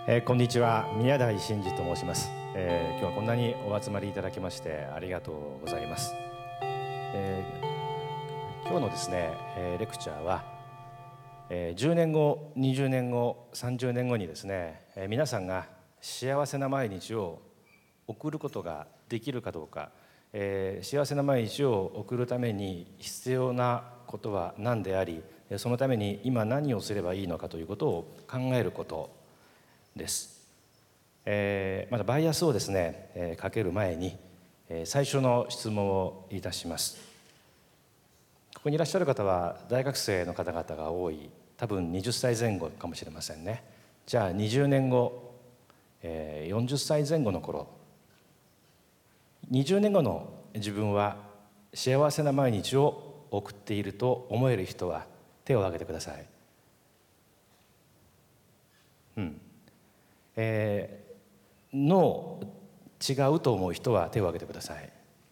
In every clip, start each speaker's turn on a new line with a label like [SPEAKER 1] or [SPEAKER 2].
[SPEAKER 1] こんにちは、宮台真司と申します。今日はこんなにお集まりいただきましてありがとうございます。今日のですね、レクチャーは、10年後、20年後、30年後にですね、皆さんが幸せな毎日を送ることができるかどうか、幸せな毎日を送るために必要なことは何であり、そのために今何をすればいいのかということを考えることです。まだバイアスをですね、かける前に、最初の質問をいたします。ここにいらっしゃる方は大学生の方々が多い、多分20歳前後かもしれませんね。じゃあ20年後、40歳前後の頃、20年後の自分は幸せな毎日を送っていると思える人は手を挙げてください。ノー、違うと思う人は手を挙げてください。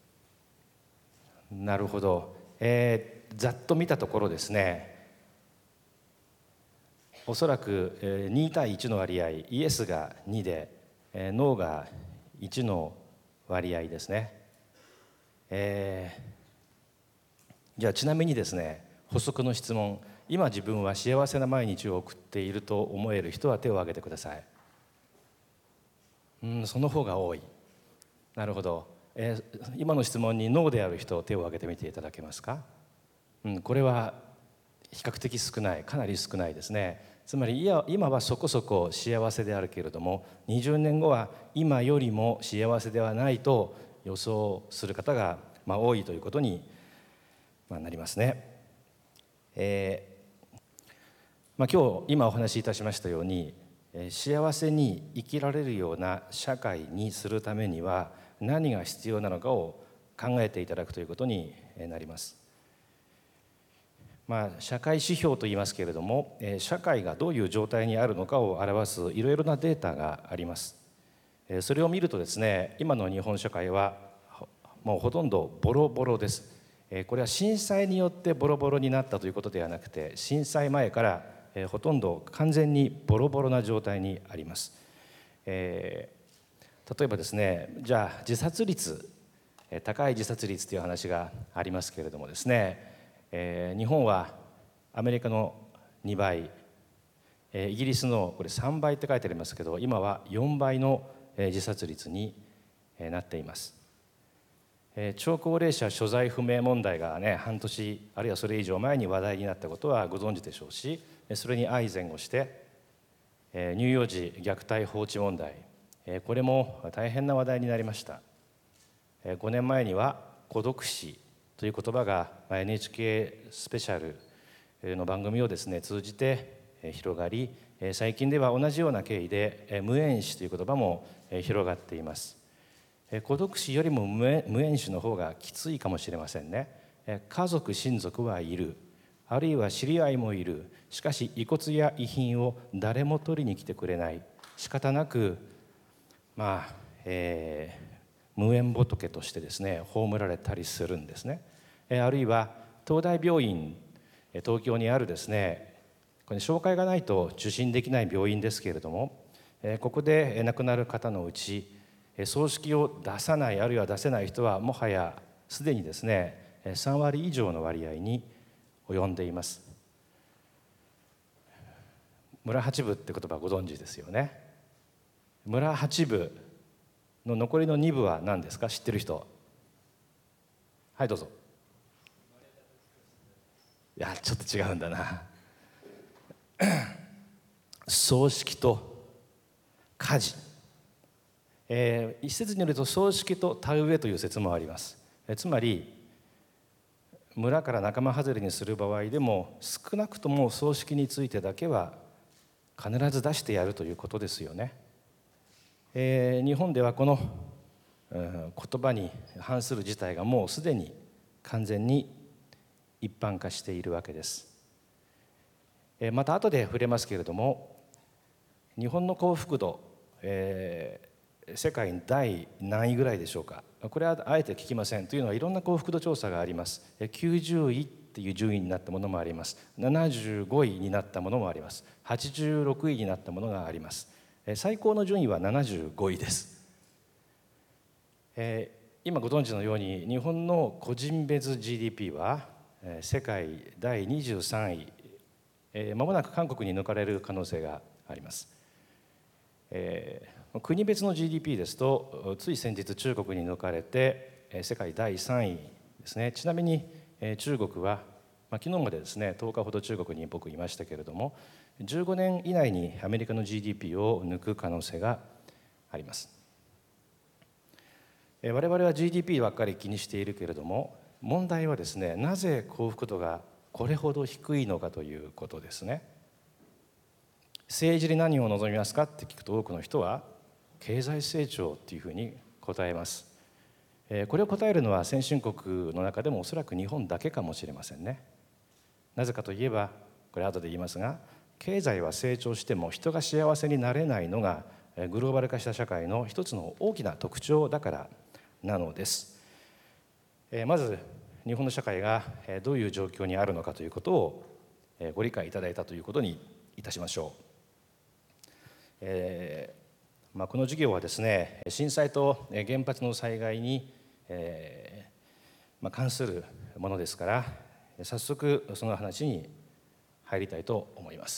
[SPEAKER 1] なるほど。ざっと見たところですね、おそらく2対1の割合、イエスが2でノーが1の割合ですね。じゃあちなみにですね、補足の質問、今自分は幸せな毎日を送っていると思える人は手を挙げてください。その方が多い。なるほど。今の質問にノーである人、手を挙げてみていただけますか。これは比較的少ない、かなり少ないですね。つまり今はそこそこ幸せであるけれども、20年後は今よりも幸せではないと予想する方が多いということになりますね。今お話しいたしましたように、幸せに生きられるような社会にするためには何が必要なのかを考えていただくということになります。社会指標といいますけれども、社会がどういう状態にあるのかを表すいろいろなデータがあります。それを見るとですね、今の日本社会はもうほとんどボロボロです。これは震災によってボロボロになったということではなくて、震災前からほとんど完全にボロボロな状態にあります。例えばですね、じゃあ自殺率、高い自殺率という話がありますけれどもですね、日本はアメリカの2倍、イギリスのこれ3倍って書いてありますけど、今は4倍の自殺率になっています。超高齢者所在不明問題がね、半年あるいはそれ以上前に話題になったことはご存知でしょうし、それに相前後して乳幼児虐待放置問題、これも大変な話題になりました。5年前には孤独死という言葉が NHK スペシャルの番組をですね通じて広がり、最近では同じような経緯で無縁死という言葉も広がっています。孤独死よりも無縁死の方がきついかもしれませんね。家族親族はいる、あるいは知り合いもいる、しかし遺骨や遺品を誰も取りに来てくれない、仕方なく無縁仏としてですね葬られたりするんですね。あるいは東大病院、東京にあるですね、これ紹介がないと受診できない病院ですけれども、ここで亡くなる方のうち葬式を出さない、あるいは出せない人はもはやすでにですね3割以上の割合に及んでいます。村八部って言葉ご存知ですよね。村八部の残りの2部は何ですか、知ってる人。はい、どうぞ。いや、ちょっと違うんだな葬式と家事、一説によると葬式と田植えという説もあります。つまり村から仲間外れにする場合でも少なくとも葬式についてだけは必ず出してやるということですよね。日本ではこの言葉に反する事態がもうすでに完全に一般化しているわけです。また後で触れますけれども、日本の幸福度、世界第何位ぐらいでしょうか。これはあえて聞きません。というのはいろんな幸福度調査があります。90位っていう順位になったものもあります。75位になったものもあります。86位になったものがあります。 最高の順位は75位です。今ご存知のように日本の個人別 GDP は世界第23位、まもなく韓国に抜かれる可能性があります。国別の GDP ですとつい先日中国に抜かれて世界第3位ですね。ちなみに中国は、昨日までですね10日ほど中国に僕いましたけれども、15年以内にアメリカの GDP を抜く可能性があります。我々は GDP ばっかり気にしているけれども、問題はですね、なぜ幸福度がこれほど低いのかということですね。政治で何を望みますかって聞くと多くの人は経済成長っていうふうに答えます。これを答えるのは先進国の中でもおそらく日本だけかもしれませんね。なぜかといえば、これ後で言いますが、経済は成長しても人が幸せになれないのがグローバル化した社会の一つの大きな特徴だからなのです。まず日本の社会がどういう状況にあるのかということをご理解いただいたということにいたしましょう。この授業はですね、震災と原発の災害に関するものですから、早速その話に入りたいと思います。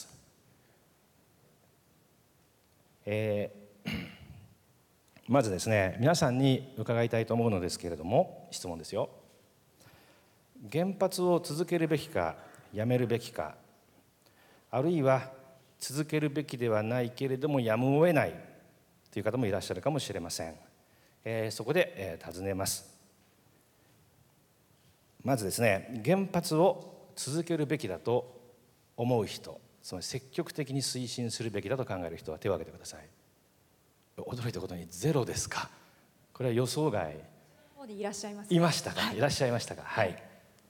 [SPEAKER 1] まずですね、皆さんに伺いたいと思うのですけれども、質問ですよ。原発を続けるべきかやめるべきか、あるいは続けるべきではないけれどもやむを得ないという方もいらっしゃるかもしれません。そこで尋ねます。まずですね、原発を続けるべきだと思う人、つまり積極的に推進するべきだと考える人は手を挙げてください。驚いたことにゼロですか。これは予想外。
[SPEAKER 2] いらっしゃいます。
[SPEAKER 1] いましたか、はい、いらっしゃいましたか。はい。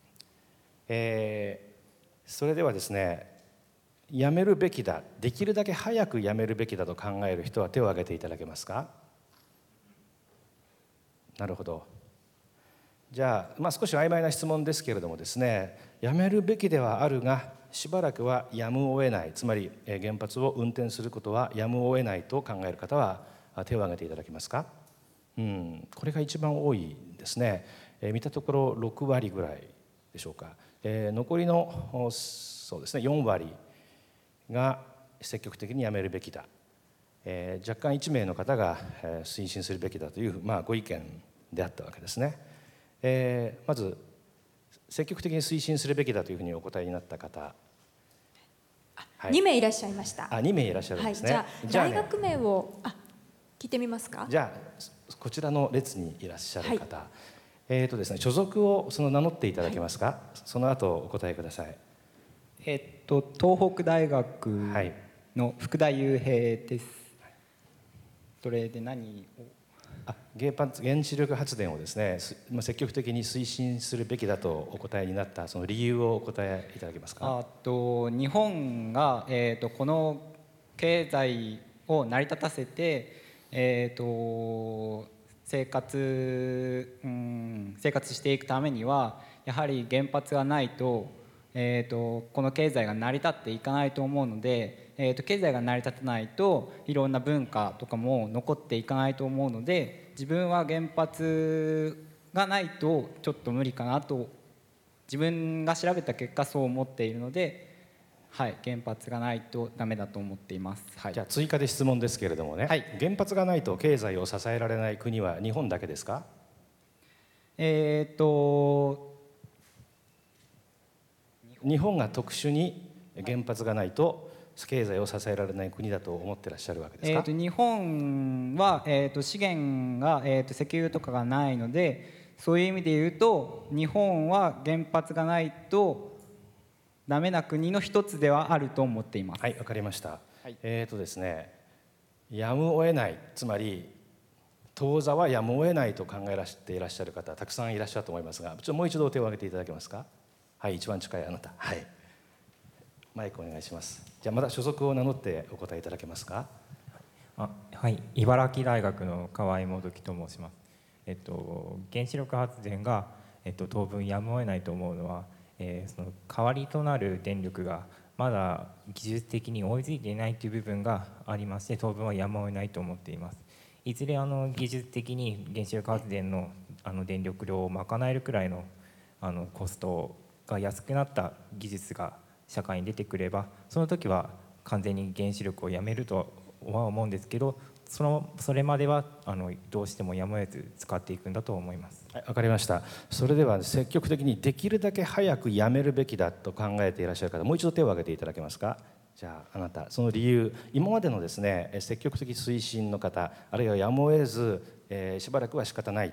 [SPEAKER 1] それではですね、やめるべきだ、できるだけ早くやめるべきだと考える人は手を挙げていただけますか。なるほど。じゃあ、少し曖昧な質問ですけれどもですね、やめるべきではあるがしばらくはやむを得ない、つまり原発を運転することはやむを得ないと考える方は手を挙げていただけますか。これが一番多いですね。見たところ6割ぐらいでしょうか。残りのそうですね4割が積極的にやめるべきだ、若干1名の方が推進するべきだという、ご意見であったわけですね。まず積極的に推進するべきだというふうにお答えになった方、
[SPEAKER 2] はい、2名いらっしゃいました。
[SPEAKER 1] 2名いらっしゃるんですね。
[SPEAKER 2] はい、じゃあ大学名を聞いてみますか。
[SPEAKER 1] じゃあこちらの列にいらっしゃる方、ですね、所属を名乗っていただけますか。その後お答えください。
[SPEAKER 3] 東北大学の福田雄平です。それで何を
[SPEAKER 1] 原子力発電をですね、積極的に推進するべきだとお答えになったその理由をお答えいただけますか。
[SPEAKER 3] 日本が、この経済を成り立たせて、生活していくためにはやはり原発がないと、この経済が成り立っていかないと思うので、経済が成り立たないといろんな文化とかも残っていかないと思うので、自分は原発がないとちょっと無理かなと自分が調べた結果そう思っているので、はい、原発がないとダメだと思っています。はい、
[SPEAKER 1] じゃあ追加で質問ですけれどもね、はい、原発がないと経済を支えられない国は日本だけですか。日本が特殊に原発がないと経済を支えられない国だと思ってらっしゃるわけですか。
[SPEAKER 3] 日本は、資源が、石油とかがないので、そういう意味で言うと日本は原発がないとダメな国の一つではあると思っています。
[SPEAKER 1] はい、わかりました。はい、ですね、やむを得ない、つまり当座はやむを得ないと考えていらっしゃる方たくさんいらっしゃると思いますが、もう一度手を挙げていただけますか。はい、一番近いあなた、はい、マイクお願いします。じゃあまた所属を名乗ってお答えいただけますか。
[SPEAKER 4] はい、茨城大学の河合元樹と申します。原子力発電が、当分やむを得ないと思うのは、その代わりとなる電力がまだ技術的に追いついていないという部分がありまして、当分はやむを得ないと思っています。いずれ技術的に原子力発電の電力量を賄えるくらいのコストが安くなった技術が社会に出てくれば、その時は完全に原子力をやめるとは思うんですけど、それまではどうしてもやむを得ず使っていくんだと思います。
[SPEAKER 1] はい、分かりました。それでは積極的にできるだけ早くやめるべきだと考えていらっしゃる方、もう一度手を挙げていただけますか。じゃああなた、その理由、今までのですね積極的推進の方、あるいはやむを得ず、しばらくは仕方ないって、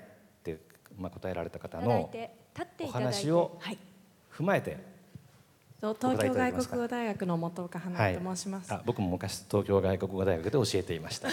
[SPEAKER 1] 答えられた方のお話を踏まえて、
[SPEAKER 5] 東京外国語大学の本岡花と申します。
[SPEAKER 1] 僕も昔東京外国語大学で教えていました。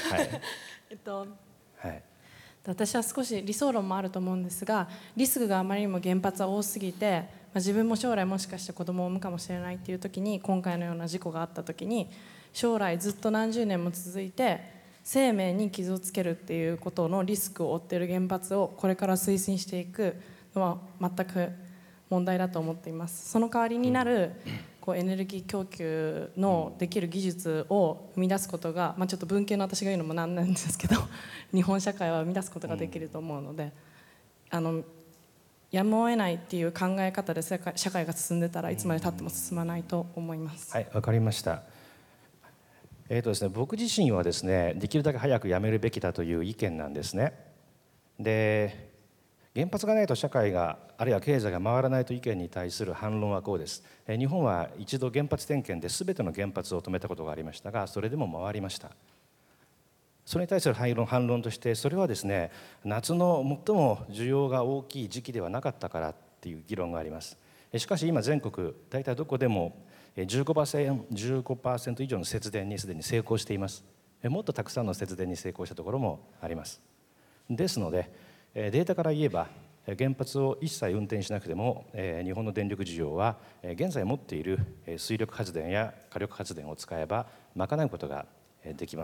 [SPEAKER 5] 私は少し理想論もあると思うんですが、リスクがあまりにも原発は多すぎて、自分も将来もしかして子供を産むかもしれないっていう時に、今回のような事故があった時に将来ずっと何十年も続いて生命に傷をつけるっていうことのリスクを負っている原発をこれから推進していくのは全く問題だと思っています。その代わりになるエネルギー供給のできる技術を生み出すことが、ちょっと文系の私が言うのもなんなんですけど日本社会は生み出すことができると思うので、やむを得ないっていう考え方で社会が進んでたらいつまでたっても進まないと思います。
[SPEAKER 1] はい、わかりました。ですね、僕自身はですね、できるだけ早くやめるべきだという意見なんですね。で、原発がないと社会があるいは経済が回らないという意見に対する反論はこうです。日本は一度原発点検で全ての原発を止めたことがありましたが、それでも回りました。それに対する反論として、それはですね、夏の最も需要が大きい時期ではなかったからっていう議論があります。しかし今全国大体どこでも 15% 以上の節電にすでに成功しています。もっとたくさんの節電に成功したところもあります。ですのでデータから言えば原発を一切運転しなくても日本の電力需要は現在持っている水力発電や火力発電を使えば賄うことができます。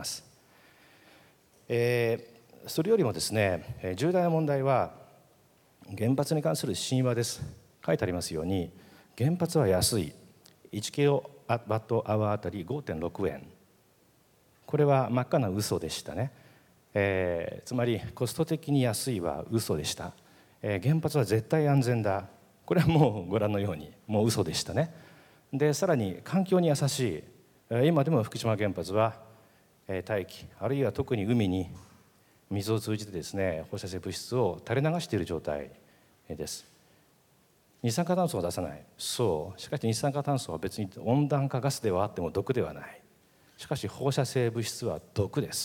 [SPEAKER 1] それよりもですね、重大な問題は原発に関する神話です。書いてありますように、原発は安い、1キロワットアワーあたり 5.6 円、これは真っ赤な嘘でしたね。つまりコスト的に安いは嘘でした。原発は絶対安全だ、これはもうご覧のようにもう嘘でしたね。でさらに環境に優しい、今でも福島原発は大気あるいは特に海に水を通じてですね放射性物質を垂れ流している状態です。二酸化炭素を出さない、そう、しかし二酸化炭素は別に温暖化ガスではあっても毒ではない。しかし放射性物質は毒です。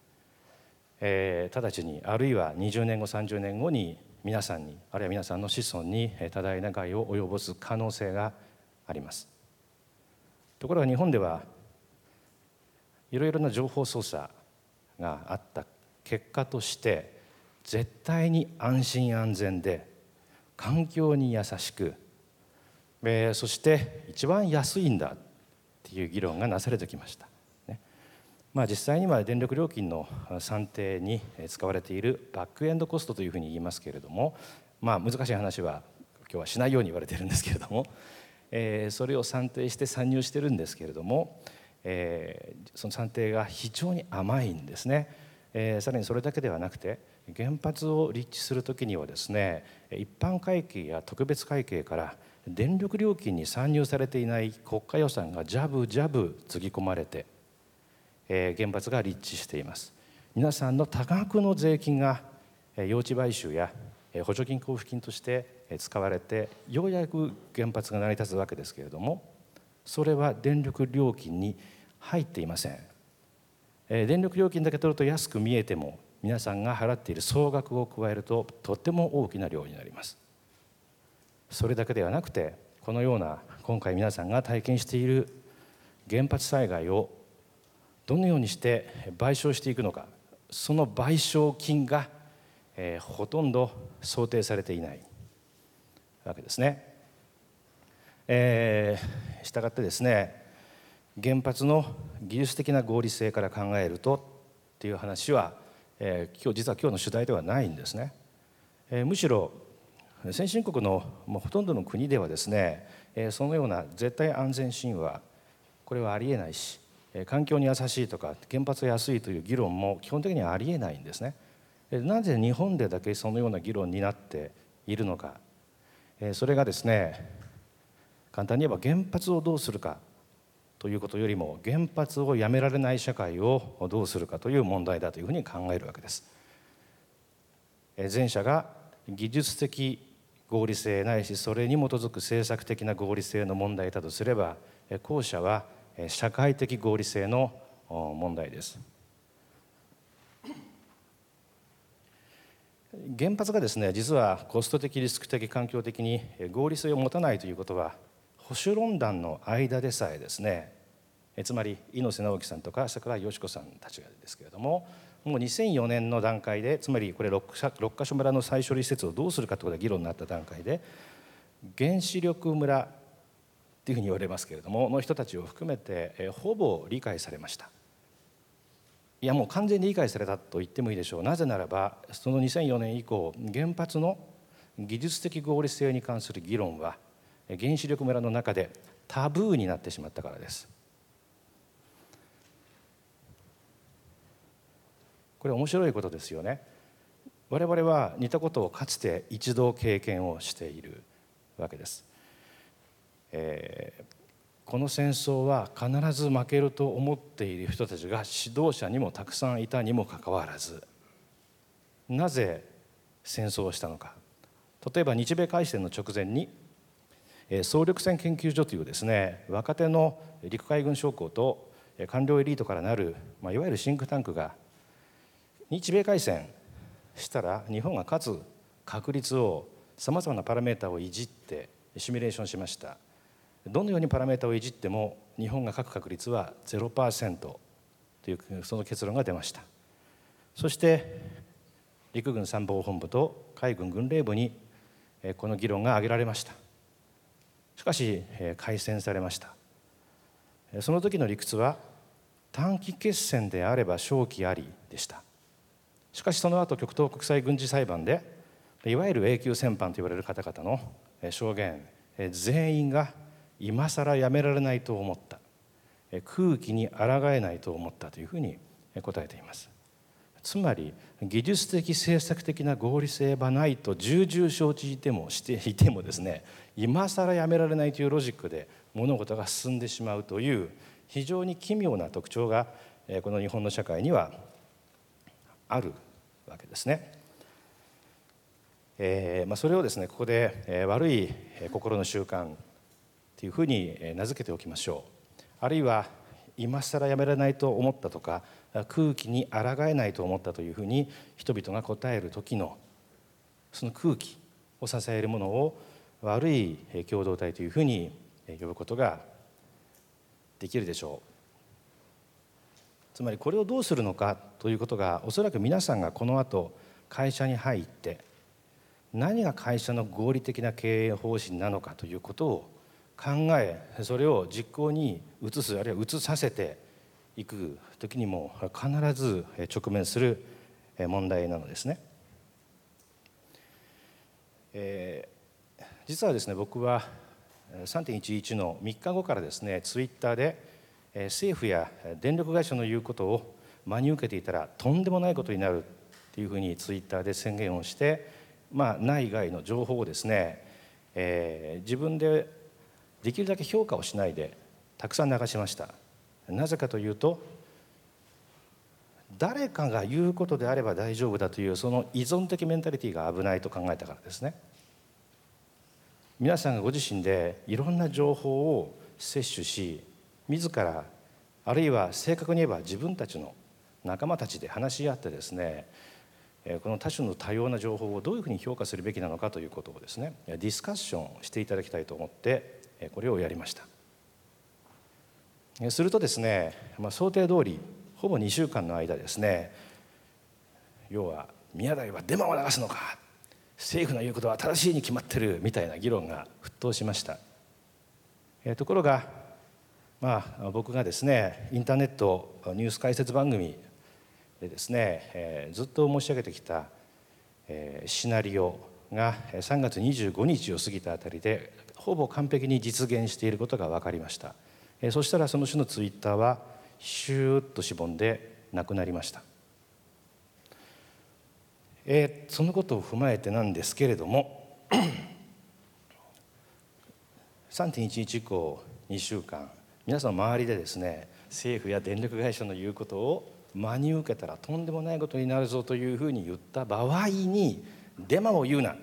[SPEAKER 1] 直ちにあるいは20年後30年後に皆さんにあるいは皆さんの子孫に多大な害を及ぼす可能性があります。ところが日本ではいろいろな情報操作があった結果として、絶対に安心安全で環境に優しく、そして一番安いんだっていう議論がなされてきました。実際には電力料金の算定に使われているバックエンドコストというふうに言いますけれども、難しい話は今日はしないように言われているんですけれども、それを算定して算入してるんですけれども、その算定が非常に甘いんですね。さらにそれだけではなくて、原発を立地するときにはですね、一般会計や特別会計から電力料金に算入されていない国家予算がジャブジャブつぎ込まれて原発が立地しています。皆さんの多額の税金が用地買収や補助金交付金として使われて、ようやく原発が成り立つわけですけれども、それは電力料金に入っていません。電力料金だけ取ると安く見えても、皆さんが払っている総額を加えるととっても大きな量になります。それだけではなくて、このような今回皆さんが体験している原発災害をどのようにして賠償していくのか、その賠償金が、ほとんど想定されていないわけですね。したがってですね、原発の技術的な合理性から考えるとっていう話は、実は今日の主題ではないんですね。むしろ先進国のほとんどの国ではですね、そのような絶対安全神話これはありえないし、環境に優しいとか原発が安いという議論も基本的にはありえないんですね。なぜ日本でだけそのような議論になっているのか、それがですね、簡単に言えば原発をどうするかということよりも原発をやめられない社会をどうするかという問題だというふうに考えるわけです。前者が技術的合理性ないしそれに基づく政策的な合理性の問題だとすれば、後者は社会的合理性の問題です。原発がですね、実はコスト的リスク的環境的に合理性を持たないということは保守論壇の間でさえですね、つまり猪瀬直樹さんとか桜井よし子さんたちがですけれども、もう2004年の段階で、つまりこれ六ヶ所村の再処理施設をどうするかということが議論になった段階で、原子力村っていうふうに言われますけれどもの人たちを含めてほぼ理解されました。いやもう完全に理解されたと言ってもいいでしょう。なぜならばその2004年以降、原発の技術的合理性に関する議論は原子力村の中でタブーになってしまったからです。これ面白いことですよね。我々は似たことをかつて一度経験をしているわけです。この戦争は必ず負けると思っている人たちが指導者にもたくさんいたにもかかわらず、なぜ戦争をしたのか。例えば日米開戦の直前に総力戦研究所というですね、若手の陸海軍将校と官僚エリートからなる、いわゆるシンクタンクが日米開戦したら日本が勝つ確率をさまざまなパラメータをいじってシミュレーションしました。どのようにパラメータをいじっても日本が勝つ確率は 0% というその結論が出ました。そして陸軍参謀本部と海軍軍令部にこの議論が挙げられました。しかし開戦されました。その時の理屈は短期決戦であれば勝機ありでした。しかしその後極東国際軍事裁判でいわゆる永久戦犯と言われる方々の証言、全員が今更やめられないと思った、空気に抗えないと思ったというふうに答えています。つまり技術的政策的な合理性はないと重々承知していてもですね、今更やめられないというロジックで物事が進んでしまうという非常に奇妙な特徴がこの日本の社会にはあるわけですね。それをですね、ここで悪い心の習慣というふうに名付けておきましょう。あるいは今更やめられないと思ったとか空気に抗えないと思ったというふうに人々が答える時のその空気を支えるものを悪い共同体というふうに呼ぶことができるでしょう。つまりこれをどうするのかということがおそらく皆さんがこの後会社に入って何が会社の合理的な経営方針なのかということを考え、それを実行に移すあるいは移させていく時にも必ず直面する問題なのですね。実はですね、僕は 3.11 の3日後からですね、ツイッターで政府や電力会社の言うことを真に受けていたらとんでもないことになるというふうにツイッターで宣言をして、内外の情報をですね、自分でできるだけ評価をしないでたくさん流しました。なぜかというと、誰かが言うことであれば大丈夫だというその依存的メンタリティが危ないと考えたからですね。皆さんがご自身でいろんな情報を摂取し、自らあるいは正確に言えば自分たちの仲間たちで話し合ってですね、この多種の多様な情報をどういうふうに評価するべきなのかということをですね、ディスカッションしていただきたいと思ってこれをやりました。するとですね、想定通りほぼ2週間の間ですね、要は宮台はデマを流すのか、政府の言うことは正しいに決まってるみたいな議論が沸騰しました。ところが僕がですね、インターネットニュース解説番組でですね、ずっと申し上げてきたシナリオが3月25日を過ぎたあたりでほぼ完璧に実現していることが分かりました。 そしたらその種のツイッターはシューッとしぼんでなくなりました。そのことを踏まえてなんですけれども3.11 以降2週間皆さんの周りでですね、政府や電力会社の言うことを真に受けたらとんでもないことになるぞというふうに言った場合に、デマを言うな、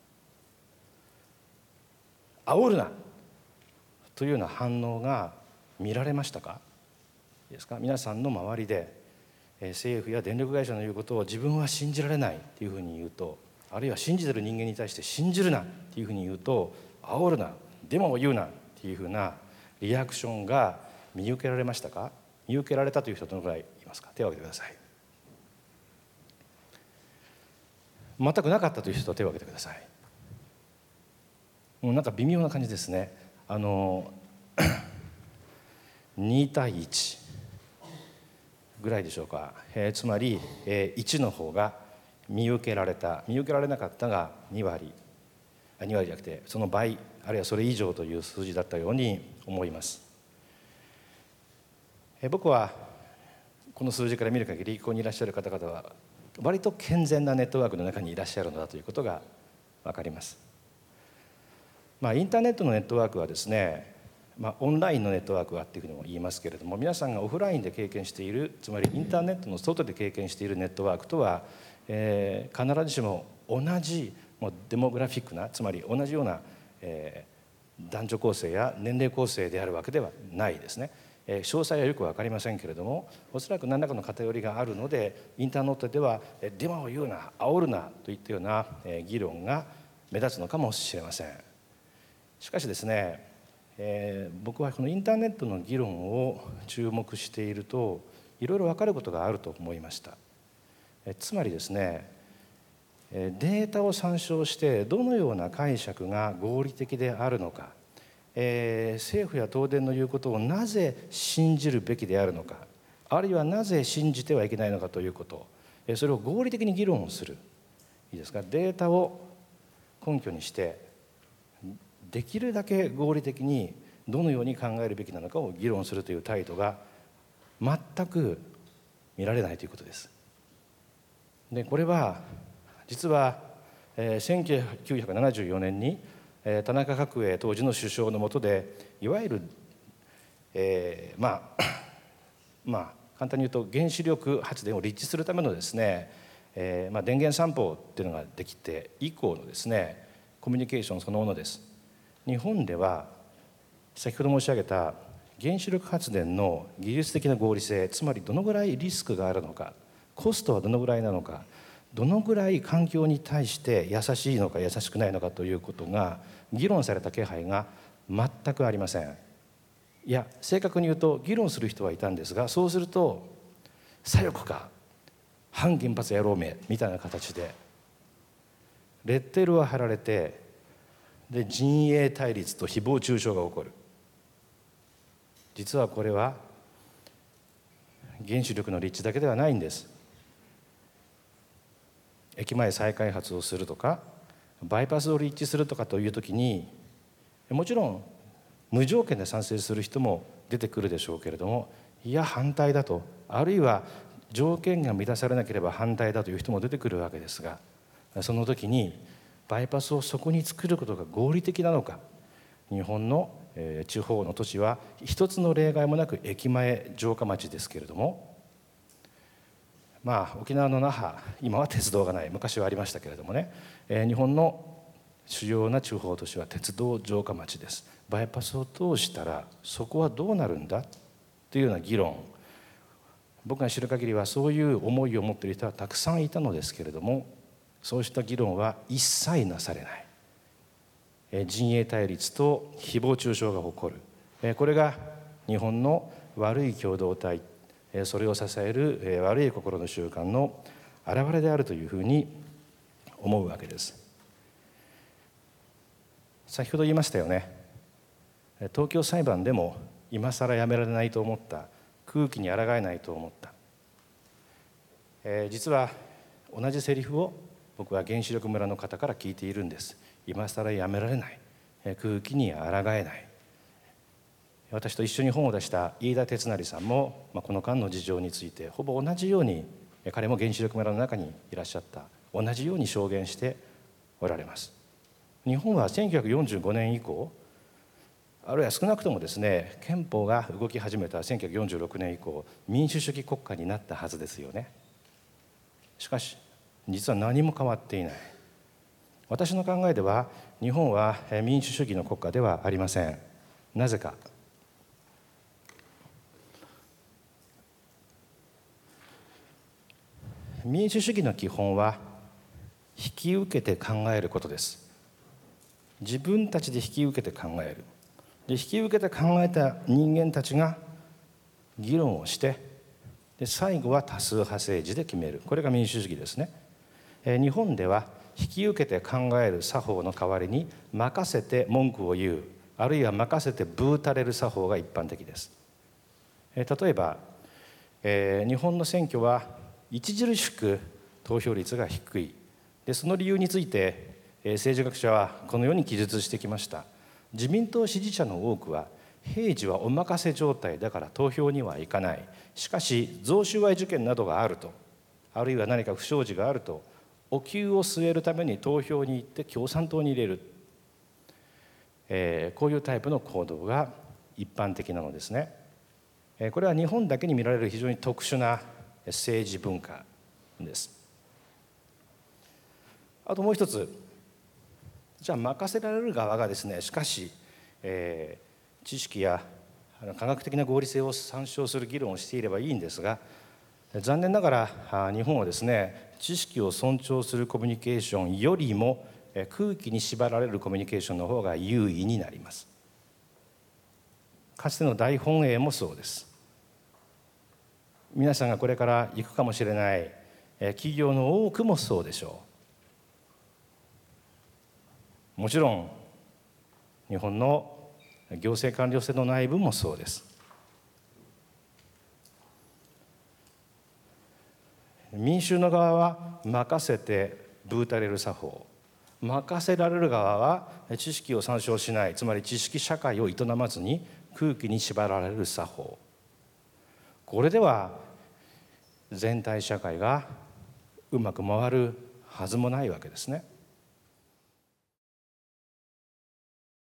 [SPEAKER 1] 煽るなというような反応が見られましたか？いいですか？皆さんの周りで政府や電力会社の言うことを自分は信じられないというふうに言うと、あるいは信じてる人間に対して信じるなというふうに言うと、煽るな、デマを言うなというふうなリアクションが見受けられましたか？見受けられたという人どのくらいいますか？手を挙げてください。全くなかったという人は手を挙げてください。もうなんか微妙な感じですね。2対1ぐらいでしょうか。つまり1の方が見受けられた、見受けられなかったが2割じゃなくてその倍あるいはそれ以上という数字だったように思います。僕はこの数字から見る限りここにいらっしゃる方々は割と健全なネットワークの中にいらっしゃるのだということが分かります。インターネットのネットワークはですね、オンラインのネットワークはっていうふうにも言いますけれども、皆さんがオフラインで経験している、つまりインターネットの外で経験しているネットワークとは、必ずしも同じデモグラフィックな、つまり同じような、男女構成や年齢構成であるわけではないですね。詳細はよく分かりませんけれども、おそらく何らかの偏りがあるので、インターネットではデマを言うな、煽るなといったような議論が目立つのかもしれません。しかしですね、僕はこのインターネットの議論を注目しているといろいろ分かることがあると思いました。つまりですね、データを参照してどのような解釈が合理的であるのか、政府や東電の言うことをなぜ信じるべきであるのか、あるいはなぜ信じてはいけないのかということ、それを合理的に議論をする、いいですか、データを根拠にしてできるだけ合理的にどのように考えるべきなのかを議論するという態度が全く見られないということです。でこれは実は1974年に田中角栄当時の首相の下でいわゆる簡単に言うと原子力発電を立地するためのですね、電源三法っていうのができて以降のですねコミュニケーションそのものです。日本では先ほど申し上げた原子力発電の技術的な合理性、つまりどのぐらいリスクがあるのか、コストはどのぐらいなのか、どのぐらい環境に対して優しいのか優しくないのかということが議論された気配が全くありません。いや正確に言うと議論する人はいたんですが、そうすると左翼か反原発野郎めみたいな形でレッテルは貼られて、で陣営対立と誹謗中傷が起こる。実はこれは原子力の立地だけではないんです。駅前再開発をするとかバイパスを立地するとかというときに、もちろん無条件で賛成する人も出てくるでしょうけれども、いや反対だと、あるいは条件が満たされなければ反対だという人も出てくるわけですが、その時にバイパスをそこに作ることが合理的なのか。日本の地方の都市は一つの例外もなく駅前城下町ですけれども、沖縄の那覇、今は鉄道がない、昔はありましたけれどもね、日本の主要な地方都市は鉄道城下町です。バイパスを通したらそこはどうなるんだというような議論、僕が知る限りはそういう思いを持っている人はたくさんいたのですけれども、そうした議論は一切なされない。陣営対立と誹謗中傷が起こる。これが日本の悪い共同体、それを支える悪い心の習慣の表れであるというふうに思うわけです。先ほど言いましたよね。東京裁判でも今更やめられないと思った、空気に抗えないと思った。実は同じセリフを僕は原子力村の方から聞いているんです。今更やめられない、空気に抗えない、 私と一緒に本を出した飯田哲成さんも、この間の事情についてほぼ同じように、彼も原子力村の中にいらっしゃった、同じように証言しておられます。日本は1945年以降、あるいは少なくともですね、憲法が動き始めた1946年以降、民主主義国家になったはずですよね。しかし実は何も変わっていない。私の考えでは日本は民主主義の国家ではありません。なぜか。民主主義の基本は引き受けて考えることです。自分たちで引き受けて考える。で、引き受けて考えた人間たちが議論をして、で最後は多数派政治で決める。これが民主主義ですね。日本では引き受けて考える作法の代わりに任せて文句を言う、あるいは任せてブーたれる作法が一般的です。例えば、日本の選挙は著しく投票率が低い。でその理由について政治学者はこのように記述してきました。自民党支持者の多くは平時はお任せ状態だから投票には行かない。しかし贈収賄事件などがあると、あるいは何か不祥事があると、お灸を据えるために投票に行って共産党に入れる、こういうタイプの行動が一般的なのですね。これは日本だけに見られる非常に特殊な政治文化です。あともう一つ、じゃあ任せられる側がですね、しかし、知識や科学的な合理性を参照する議論をしていればいいんですが、残念ながら日本はですね、知識を尊重するコミュニケーションよりも空気に縛られるコミュニケーションの方が優位になります。かつての大本営もそうです。皆さんがこれから行くかもしれない企業の多くもそうでしょう。もちろん日本の行政官僚制の内部もそうです。民衆の側は任せてブーたれる作法、任せられる側は知識を参照しない、つまり知識社会を営まずに空気に縛られる作法、これでは全体社会がうまく回るはずもないわけですね。